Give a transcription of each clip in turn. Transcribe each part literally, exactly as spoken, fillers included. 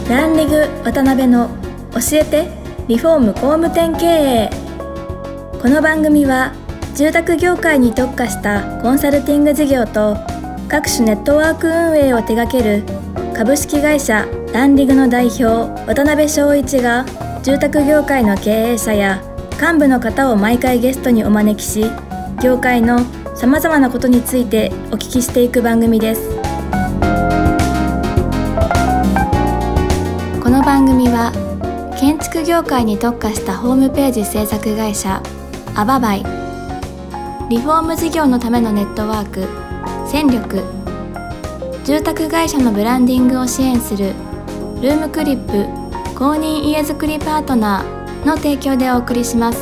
ランリグ渡辺の教えてリフォーム工務店経営。この番組は住宅業界に特化したコンサルティング事業と各種ネットワーク運営を手掛ける株式会社ランリグの代表渡辺翔一が住宅業界の経営者や幹部の方を毎回ゲストにお招きし、業界のさまざまなことについてお聞きしていく番組です。この番組は建築業界に特化したホームページ制作会社アババイ、リフォーム事業のためのネットワーク戦力、住宅会社のブランディングを支援するルームクリップ公認家づくりパートナーの提供でお送りします。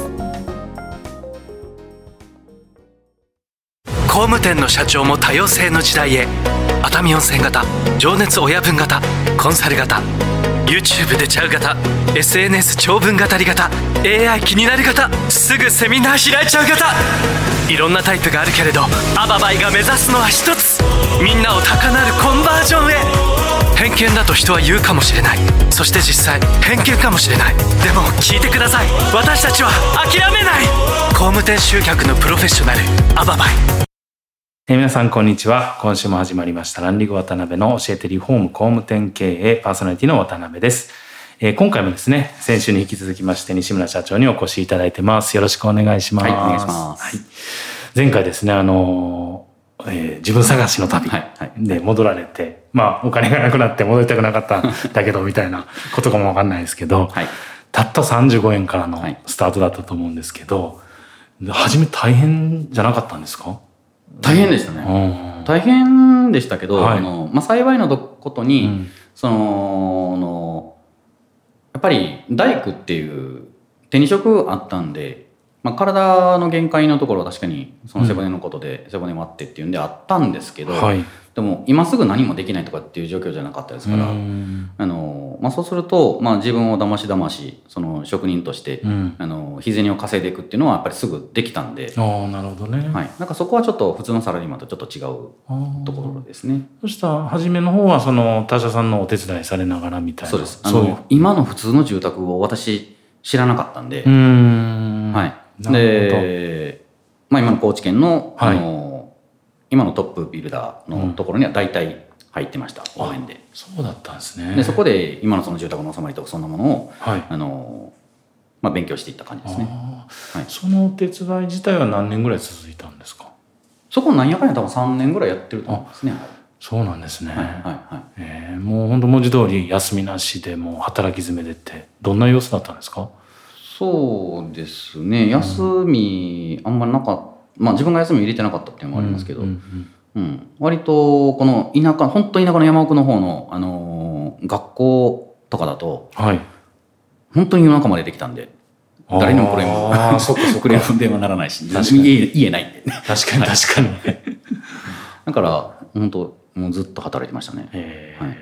工務店の社長も多様性の時代へ。熱海温泉型、情熱親分型、コンサル型、 YouTube 出ちゃう型、 エスエヌエス 長文語り型、 エーアイ 気になる型、すぐセミナー開いちゃう型、いろんなタイプがあるけれどアババイが目指すのは一つ、みんなを高鳴るコンバージョンへ。偏見だと人は言うかもしれない、そして実際偏見かもしれない。でも聞いてください、私たちは諦めない。工務店集客のプロフェッショナルアババイ。 えー、皆さんこんにちは。今週も始まりましたランリグ渡辺の教えてリフォーム工務店経営、パーソナリティの渡辺です。えー、今回もですね、先週に引き続きまして西村社長にお越しいただいてます。よろしくお願いします。 はい、お願いします。 はい、前回ですね、あのーえー、自分探しの旅で戻られて、はいはい、まあお金がなくなって戻りたくなかったんだけどみたいなことかもわかんないですけど、はい、たったさんじゅうごえんからのスタートだったと思うんですけど、初め大変じゃなかったんですか？ 大変でしたね、うん、大変でしたけど、はい、あのまあ、幸いのことに、うん、そののやっぱり大工っていう手に職あったんで、まあ、体の限界のところは確かにその背骨のことで、うん、背骨割ってっていうんであったんですけど、はい、でも今すぐ何もできないとかっていう状況じゃなかったですから、うん、あのまあ、そうすると、まあ、自分をだましだましその職人として、うん、あの日銭を稼いでいくっていうのはやっぱりすぐできたんで、 あ、なるほどね、 はい、なんかそこはちょっと普通のサラリーマンとちょっと違うところですね。 そしたら初めの方はその他社さんのお手伝いされながらみたいな。 そうです。あのそう今の普通の住宅を私知らなかったんで、 うーん、 はい、で、まあ、今の高知県の、はい、あの今のトップビルダーのところには大体入ってました、うん、応援で。 そうだったんですね。 でそこで今のその住宅の収まりとかそんなものを、はい、あのまあ、勉強していった感じですね。 はい、そのお手伝い自体は何年ぐらい続いたんですか？ そこなんやかんや多分さんねんぐらいやってると思うんですね。 そうなんですね。 はいはいはい、 えー、もう本当文字通り休みなしでもう働き詰めでってどんな様子だったんですか？ そうですね、休みあんまりなかった、まあ自分が休み入れてなかったっていうのもありますけど、うんうんうんうん、割とこの田舎、本当田舎の山奥の方の、あのー、学校とかだと、はい、本当に夜中までできたんで、誰にもクレームあそっかそっかクレーム電話ならないし、家, 家ないんで確かに確かにだから本当もうずっと働いてましたね。 へ、はい、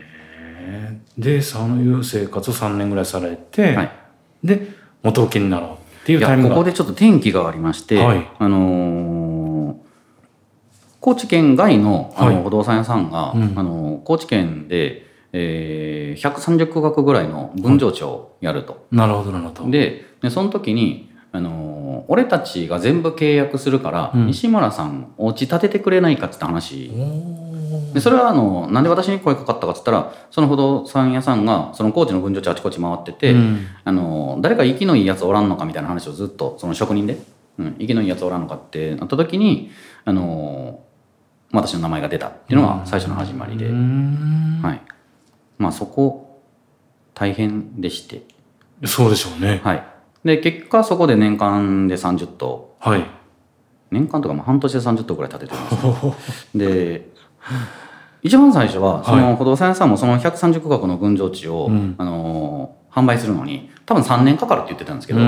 でそういう生活をさんねんぐらいされて、はい、で元請けになろうっていうタイミングが、 ここでちょっと転機がありまして、はい、あのー、高知県外 の, あの不動産屋さんが、はい、あの高知県で、えー、ひゃくさんじゅっくがくぐらいの分譲地をやると、はい、 なるほどなるほど。 ででその時に、あのー、俺たちが全部契約するから、うん、西村さんお家建ててくれないかって話で、それはあのなんで私に声かかったかって言ったら、その不動産屋さんがその高知の分譲地あちこち回ってて、うん、あの誰か息のいいやつおらんのかみたいな話をずっとその職人で、うん、息のいいやつおらんのかってなった時に、あの私の名前が出たっていうのが最初の始まりで、はい、まあそこ大変でして。 そうでしょうね。 はい。で結果そこで年間でさんじゅっとう、はい、年間とかも半年でさんじゅっとうぐらい建ててるんですで一番最初はその不動産屋さんもそのひゃくさんじゅっくがくの分譲地を、うん、あの販売するのに多分さんねんかかるって言ってたんですけど、うん、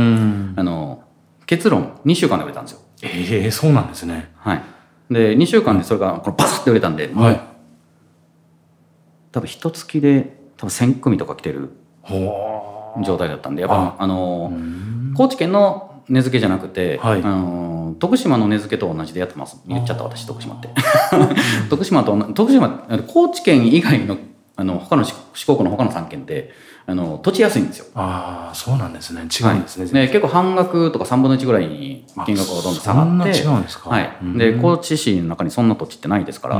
あの結論にしゅうかんで売れたんですよ。 ええー、そうなんですね。 はい。でにしゅうかんでそれがこのパサッて売れたんで、はい、多分一月で多分せんくみとか来てる状態だったんで、やっぱあの高知県の値付けじゃなくて、はい、あの徳島の値付けと同じでやってます。言っちゃった私、徳島って徳島と徳島高知県以外のあの他の四国の他のさんけんってあの土地安いんですよ。 ああ、そうなんですね。違うんですね。 はい、で結構半額とかさんぶんのいちぐらいに金額がどんどん下がって、そんな違うんですか。 はい、で高知市の中にそんな土地ってないですから、 うん、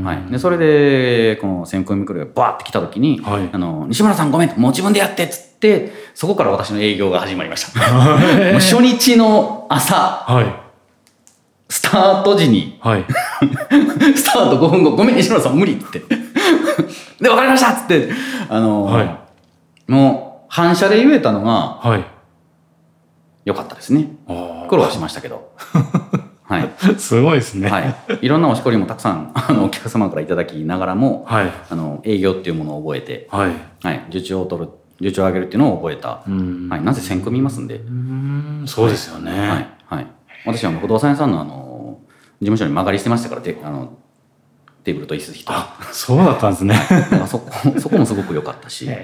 はい、でそれでこの千組くるがバーって来た時に、はい、あの西村さんごめんもう自分でやってっつってそこから私の営業が始まりました。もう初日の朝、はい、スタート時に、はい、スタートごふんごごめん西村さん無理ってで分かりましたっつってあの、はい、もう反射で言えたのが、はい、よかったですね。苦労はしましたけどはい、 すごいですね、 はい、いろんなおしこりもたくさんあのお客様からいただきながらも、はい、あの営業っていうものを覚えて、はいはい、受注を取る受注を上げるっていうのを覚えた、はい、なぜせん組いますんで。うーん、そうですよね、 はいはい、私はもう不動産屋さんの、あの事務所に間借りしてましたからてあのテーブルと椅子一つ。 あ、そうだったんですね、はい、 だから そ, こそこもすごく良かったし、はい、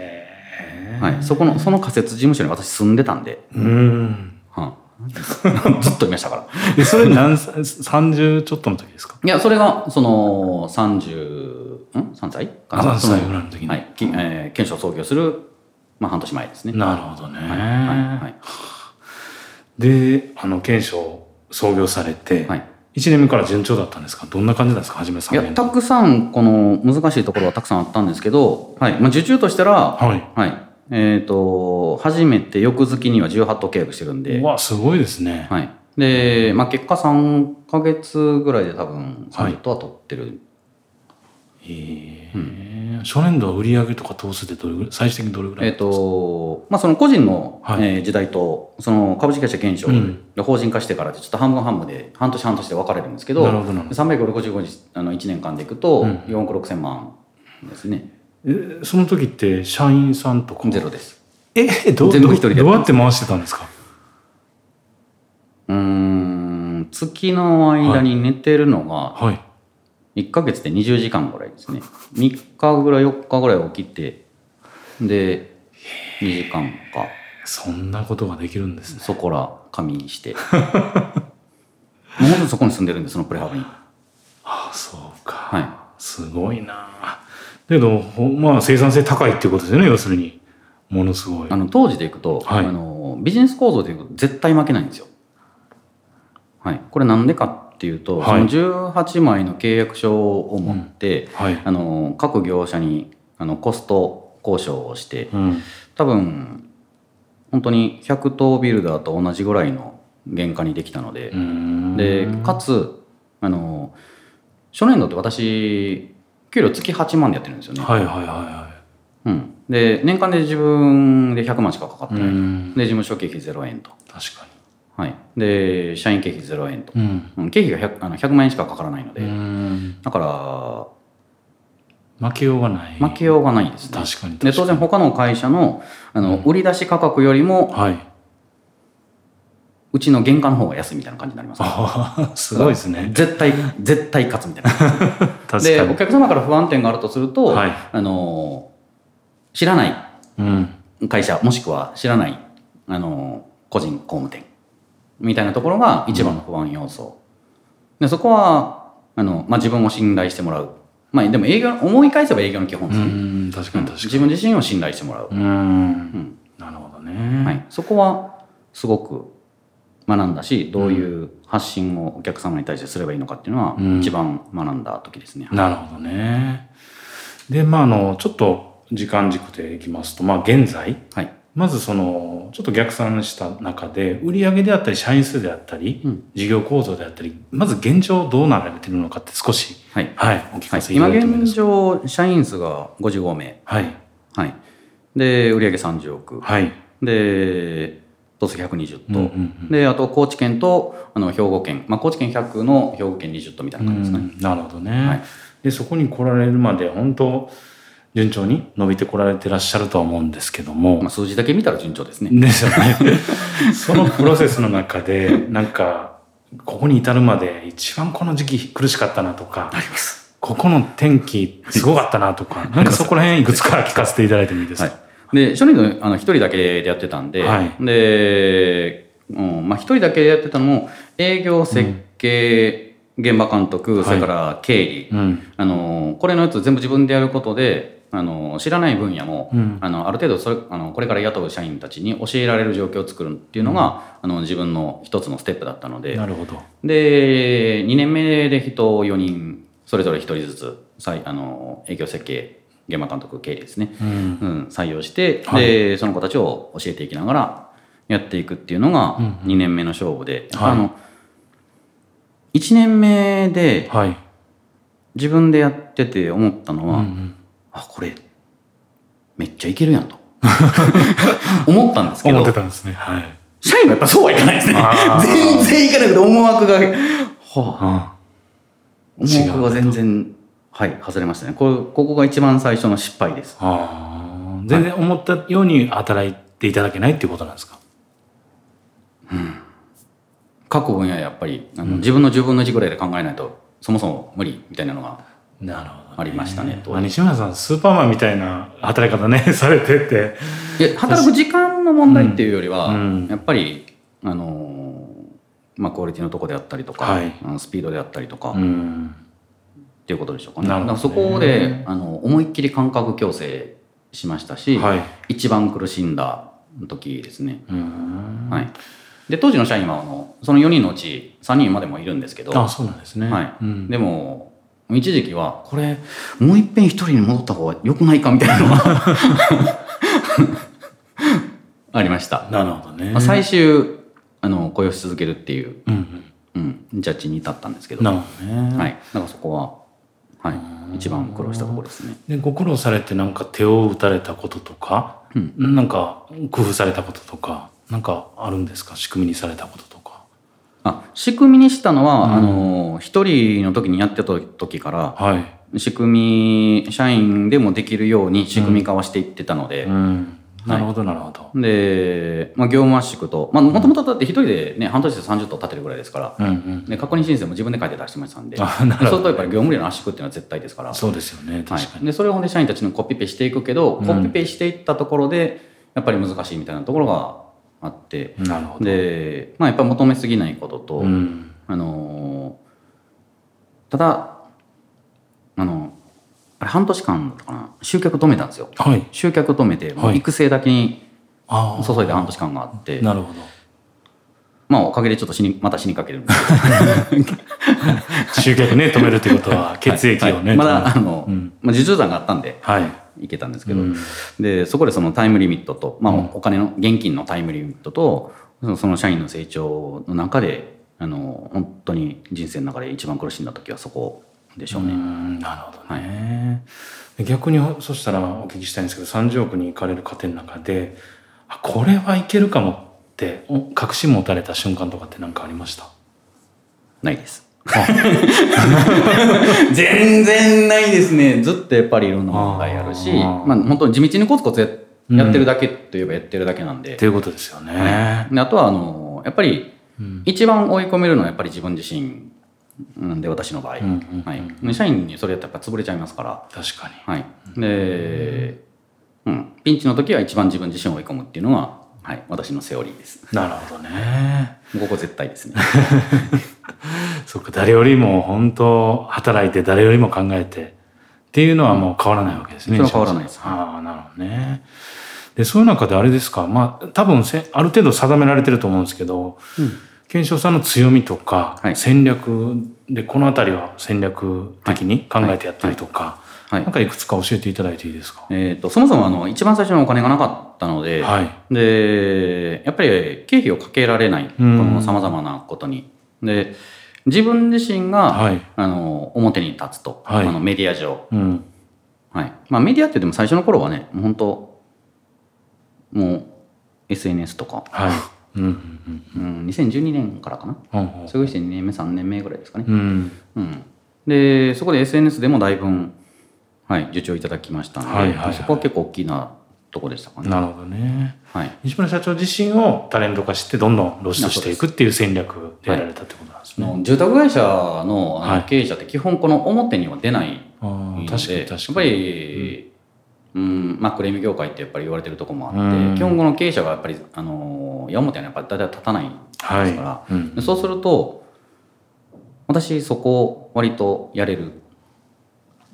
そこのその仮設事務所に私住んでたんで、うーん、はあずっといましたから。 それ何さんじゅうちょっとの時ですか？ いや、それがそのさんじゅう、ん ?さん 歳かな。 さんさいぐらいの時に、 はい、えー、県庁創業する、まあ、半年前ですね。 なるほどね。はいはいはい、で、あの県庁創業されて、はい、いちねんめから順調だったんですか？どんな感じなんですか？初めさんねん。 いや、たくさんこの難しいところはたくさんあったんですけど、はい、まあ、受注としたら、はいはい、えーと初めて翌月にはじゅうはちとう契約してるんで。 うわ、すごいですね。 はい、で、まあ、結果さんかげつぐらいで多分さんじゅっとうは取ってる。はい、 えーうん、初年度売上とか投資でどれぐらい、最終的にどれぐらい？ えーとまあ、その個人の、はい、えー、時代とその株式会社検証で法人化してからでちょっと半分半分で半年半年で分かれるんですけど、なるほどなるほど。さんびゃくろくじゅうごにちあのいちねんかんでいくとよんおくろくせんまんですね。 うん、えその時って社員さんとかゼロです。 えど全部一人でどうやって回してたんですか？ うーん、月の間に寝てるのが、はいはい、いっかげつでにじゅうじかんぐらいですね。みっかぐらいよっかぐらい起きてでにじかんか。 そんなことができるんですね。 そこら仮眠してもうほんとそこに住んでるんで、そのプレハブに。 ああ、そうか、 はい、 すごいな。だけど、まあ、生産性高いっていうことですよね。要するにものすごい。 あの当時でいくと、はい、あのビジネス構造でいくと絶対負けないんですよ。はい、これなんでかっていうと、はい、そのじゅうはちまいの契約書を持って、うん、はい、あの各業者にあのコスト交渉をして、うん、多分本当にひゃくとうビルダーと同じぐらいの原価にできたので、でかつあの初年度って私給料月はちまんでやってるんですよね。 はいはいはいはい、 うん、で年間で自分でひゃくまんしかかかってない。で事務所経費ゼロえんと。 確かに。 はい、で社員経費ゼロえんと、うん、経費が ひゃく, あのひゃくまんえんしかかからないので、だから負けようがない。 負けようがないですね。 確かに確かに。 で当然他の会社 の, あの、うん、売り出し価格よりも、はい、うちの原価の方が安いみたいな感じになります、ね。 あすごいですね。 絶対絶対勝つみたいな確かに。でお客様から不安点があるとすると、はい、あの知らない会社、うん、もしくは知らないあの個人工務店みたいなところが一番の不安要素、うん、でそこはあの、まあ、自分を信頼してもらう、まあ、でも営業思い返せば営業の基本ですね。 うん確かに確かに。 自分自身を信頼してもらう。うん、うん、 なるほどね、 はい、そこはすごく学んだし、どういう発信をお客様に対してすればいいのかっていうのは一番学んだ時ですね、 うん、なるほどね。でまああのちょっと時間軸でいきますと、まあ現在、はい、まずそのちょっと逆算した中で売上であったり社員数であったり、うん、事業構造であったり、まず現状どうなられているのかって少し、はいはい、お聞かせいただいてもいいですか。 今現状社員数がごじゅうごめい、はいはい、で売上さんじゅうおく、はい、でトスひゃくにじゅっとう、うんうんうん、であと高知県とあの兵庫県、まあ、高知県ひゃくの兵庫県にじゅっとうみたいな感じですかね。 なるほどね、はい、でそこに来られるまで本当順調に伸びてこられてらっしゃるとは思うんですけども、 まあ、数字だけ見たら順調ですね。 ですよねそのプロセスの中でなんかここに至るまで一番この時期苦しかったなとかあります。 ここの天気すごかったなとかなんかそこら辺いくつか聞かせていただいてもいいですか。はい、で初年度あの一人だけでやってたんで、はい、で、うんまあ、一人だけでやってたのも営業設計、うん、現場監督、それから経理、はい、うん、あのこれのやつ全部自分でやることであの知らない分野も、うん、あのある程度それあのこれから雇う社員たちに教えられる状況を作るっていうのが、うん、あの自分の一つのステップだったので、 なるほど。 でにねんめで人よにんそれぞれひとりずつあの営業設計現場監督経理ですね、うんうん、採用して、はい、でその子たちを教えていきながらやっていくっていうのがにねんめの勝負で、うんうん、あの、はい、いちねんめで自分でやってて思ったのは、はい、あこれめっちゃいけるやんと思ったんですけど思ってたんですね、はい、 社員はやっぱそうはいかないですね全然いかなくて思惑が、はあ、思惑が全然はい外れましたね。これここが一番最初の失敗です。 あ全然思ったように働いていただけないっていうことなんですか。 うん、各分野やっぱりあの、うん、自分のじゅうぶんのいちぐらいで考えないとそもそも無理みたいなのがありましたね。 まあ、西村さんスーパーマンみたいな働き方ねされてて、 いや働く時間の問題っていうよりは、うん、やっぱりあのまあクオリティのとこであったりとか、はい、スピードであったりとか、うんっていうことでしょうかね。だからそこであの思いっきり感覚矯正しましたし、はい、一番苦しんだ時ですね。はい、で当時の社員はあのそのよにんのうちさんにんまでもいるんですけど、 あそうなんですね、 はいうん、でも一時期はこれもういっぺん一人に戻った方が良くないかみたいなのがありました。 なるほどね。 まあ、最終あの雇用し続けるっていう、うんうんうん、ジャッジに至ったんですけど、 なるほどね。 はい、だからそこははい、一番苦労したところですね。 でご苦労されてなんか手を打たれたこととか、うん、なんか工夫されたこととかなんかあるんですか。仕組みにされたこととか。 あ仕組みにしたのは、うん、あの一人の時にやってた時から、はい、仕組み社員でもできるように仕組み化はしていってたので、うんうんなるほどなるほど。 で、まあ、業務圧縮ともともとだって一人でね半年でさんじゅっとう立てるぐらいですから、うんうん、で確認申請も自分で書いて出してましたんで、そうするとやっぱり業務量の圧縮っていうのは絶対ですから。 そうですよね確かに、 はい、でそれをほんで社員たちのコピペしていくけど、うん、コピペしていったところでやっぱり難しいみたいなところがあって、 なるほど。 で、まあ、やっぱり求めすぎないことと、うん、あのただあのあれ半年間だったかな集客止めたんですよ、はい、集客止めて、はい、育成だけに注いで半年間があって、 なるほど。 まあおかげでちょっと死にまた死にかけるんです集客ね止めるってことは血液をね、はいはい、 まだあの、うんまあ、受注残があったんで、はい、いけたんですけど、うん、でそこでそのタイムリミットと、まあ、お金の現金のタイムリミットとその社員の成長の中であの本当に人生の中で一番苦しんだ時はそこでしょうね。うーんなるほどね、はい、逆にそしたらお聞きしたいんですけどさんじゅうおくに行かれる過程の中であこれはいけるかもって確信持たれた瞬間とかって何かありました？ ないです全然ないですね。ずっとやっぱりいろんな問題あるしあ、まあ、本当に地道にコツコツ や,、うん、やってるだけといえばやってるだけなんでっていうことですよね、 はい、であとはあのやっぱり一番追い込めるのはやっぱり自分自身なんで私の場合、うんうんうんはい、社員にそれやったらやっぱ潰れちゃいますから確かに、 はいでうん、ピンチの時は一番自分自身を追い込むっていうのは、はい、私のセオリーです。 なるほどね。 ここ絶対ですねそっか誰よりも本当働いて誰よりも考えてっていうのはもう変わらないわけですね、 うん、それは変わらないです。 ああなるほどね。でそういう中であれですか、まあ多分せある程度定められてると思うんですけど、うん健翔さんの強みとか戦略でこのあたりは戦略的に考えてやったりとか、はいはい、なんかいくつか教えていただいていいですか？ えーと、そもそもあの一番最初にお金がなかったので、はい、でやっぱり経費をかけられないさまざまなことにで自分自身が、はい、あの表に立つと、はい、あのメディア上、うんはいまあ、メディアってでも最初の頃はねもう本当もう エスエヌエス とか、はいうんうんうん、にせんじゅうにねんからかな、うんうん、それをしてにねんめさんねんめぐらいですかね、うんうん、でそこで エスエヌエス でもだいぶ、はい、受注いただきましたので、はいはいはい、そこは結構大きなとこでしたかね。 なるほどね、はい、西村社長自身をタレント化してどんどん露出していくっていう戦略でやられたってことなんですね。 はい、住宅会社 の, あの経営者って基本この表には出ないので、はい、確かに確かにやっぱり、うんうんまあ、クレーム業界ってやっぱり言われてるところもあって、うん、基本この経営者がやっぱりあの矢面にはやっぱり大体立たないですから、はいうん、そうすると私そこを割とやれる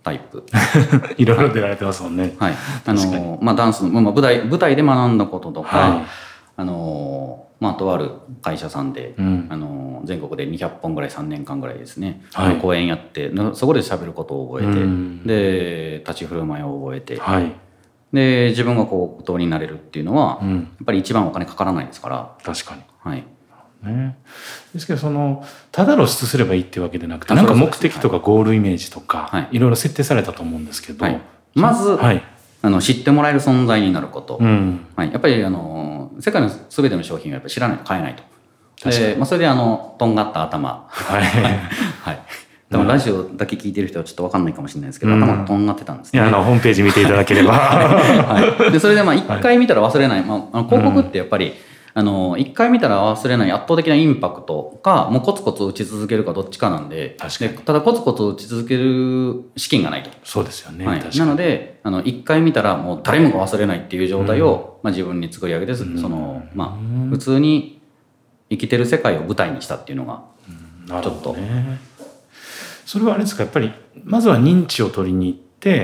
タイプいろいろ出られてますもんね。 はい、あのまあ、ダンスの、まあ、舞台舞台で学んだこととか、はい、あのまあ、とある会社さんで、うん、あの全国でにひゃっぽんぐらいさんねんかんぐらいですね、はい、講演やってそこで喋ることを覚えて、うん、で立ち振る舞いを覚えて、はい、で自分がこう後藤になれるっていうのは、うん、やっぱり一番お金かからないですから。 確かに、 はいね、ですけどそのただ露出すればいいっていうわけでなくてなんか目的とかゴールイメージとか、はい、いろいろ設定されたと思うんですけど、はい、 まず、はい、あの知ってもらえる存在になること、うんはい、やっぱりあの世界の全ての商品はやっぱり知らないと買えないと。で、まあ、それであのとんがった頭、はいはい、でもラジオだけ聞いてる人はちょっと分かんないかもしれないですけど、うん、頭がとんがってたんですね。 いやあのホームページ見ていただければ、 はい、でそれでまあいっかい見たら忘れない、まあ、あの広告ってやっぱり、うんあのいっかい見たら忘れない圧倒的なインパクトかもうコツコツ打ち続けるかどっちかなんで、でただコツコツ打ち続ける資金がないと。 そうですよね、 はい、なのであのいっかい見たらもう誰もが忘れないっていう状態を、うんまあ、自分に作り上げて、うんそのまあ、普通に生きてる世界を舞台にしたっていうのがちょっと、うんね、 それはあれですかやっぱりまずは認知を取りに行って、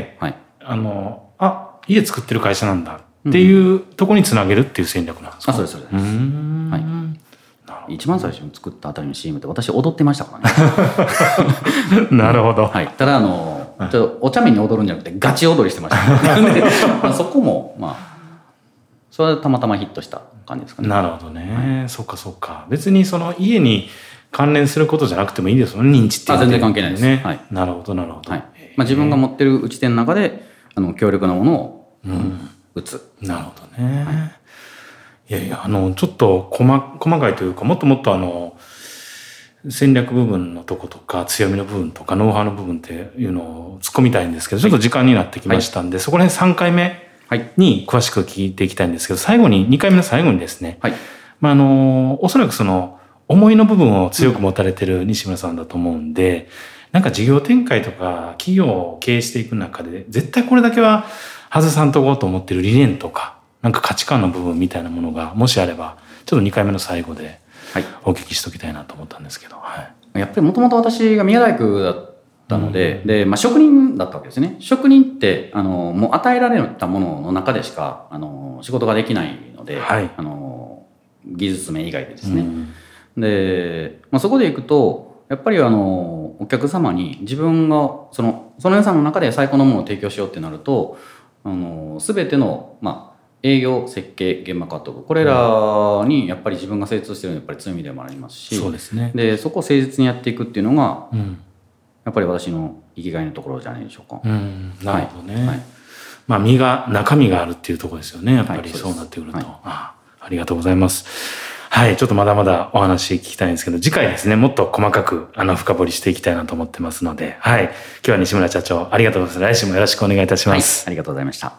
はい、あのあ家作ってる会社なんだっていうところにつなげるっていう戦略なんですか。 あ、そうですそうです。うーん、はい。なるほど。一番最初に作ったあたりの シーエム って私踊ってましたからね。 なるほど。 はい。ただあのちょっとお茶目に踊るんじゃなくてガチ踊りしてました、ね。でそこもまあそれはたまたまヒットした感じですかね。 なるほどね。はい、そうかそうか。別にその家に関連することじゃなくてもいいですよね。認知っていう、 ね。あ全然関係ないです。はい。 なるほどなるほど。はい。 まあ自分が持ってる打ち手の中であの強力なものを。うん打つ。 なるほどね、はい、いやいやあのちょっと細、細かいというかもっともっとあの戦略部分のとことか強みの部分とかノウハウの部分っていうのを突っ込みたいんですけど、はい、ちょっと時間になってきましたんで、はい、そこら辺さんかいめに詳しく聞いていきたいんですけど最後ににかいめの最後にですね、はいまあ、あのおそらくその思いの部分を強く持たれてる西村さんだと思うんで、うん、なんか事業展開とか企業を経営していく中で絶対これだけは外さんとこうと思ってる理念とかなんか価値観の部分みたいなものがもしあればちょっとにかいめの最後でお聞きしときたいなと思ったんですけど、はい、 やっぱりもともと私が宮大工だったので、うん、で、まあ、職人だったわけですね。職人ってあのもう与えられたものの中でしかあの仕事ができないので、はい、あの技術面以外でですね、うん、で、まあ、そこでいくとやっぱりあのお客様に自分がそのその予算の中で最高のものを提供しようってなるとあの全ての、まあ、営業設計現場監督これらにやっぱり自分が精通しているのはやっぱり強みでもありますし、そうですね、でそこを誠実にやっていくっていうのが、うん、やっぱり私の生きがいのところじゃないでしょうか。 うん、なるほどね、はいはい、まあ身が中身があるっていうところですよねやっぱり、はい、そうなってくると、はい、あ, ありがとうございます。はい、ちょっとまだまだお話聞きたいんですけど次回ですねもっと細かくあの深掘りしていきたいなと思ってますので、はい、今日は西村社長ありがとうございます。来週もよろしくお願いいたします、 はい、ありがとうございました。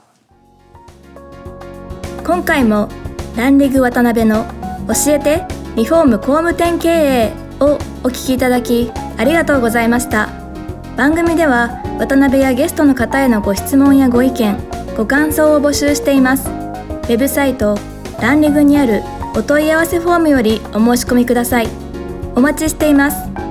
今回もランリグ渡辺の教えてリフォーム工務店経営をお聞きいただきありがとうございました。番組では渡辺やゲストの方へのご質問やご意見ご感想を募集しています。ウェブサイトランリグにあるお問い合わせフォームよりお申し込みください。お待ちしています。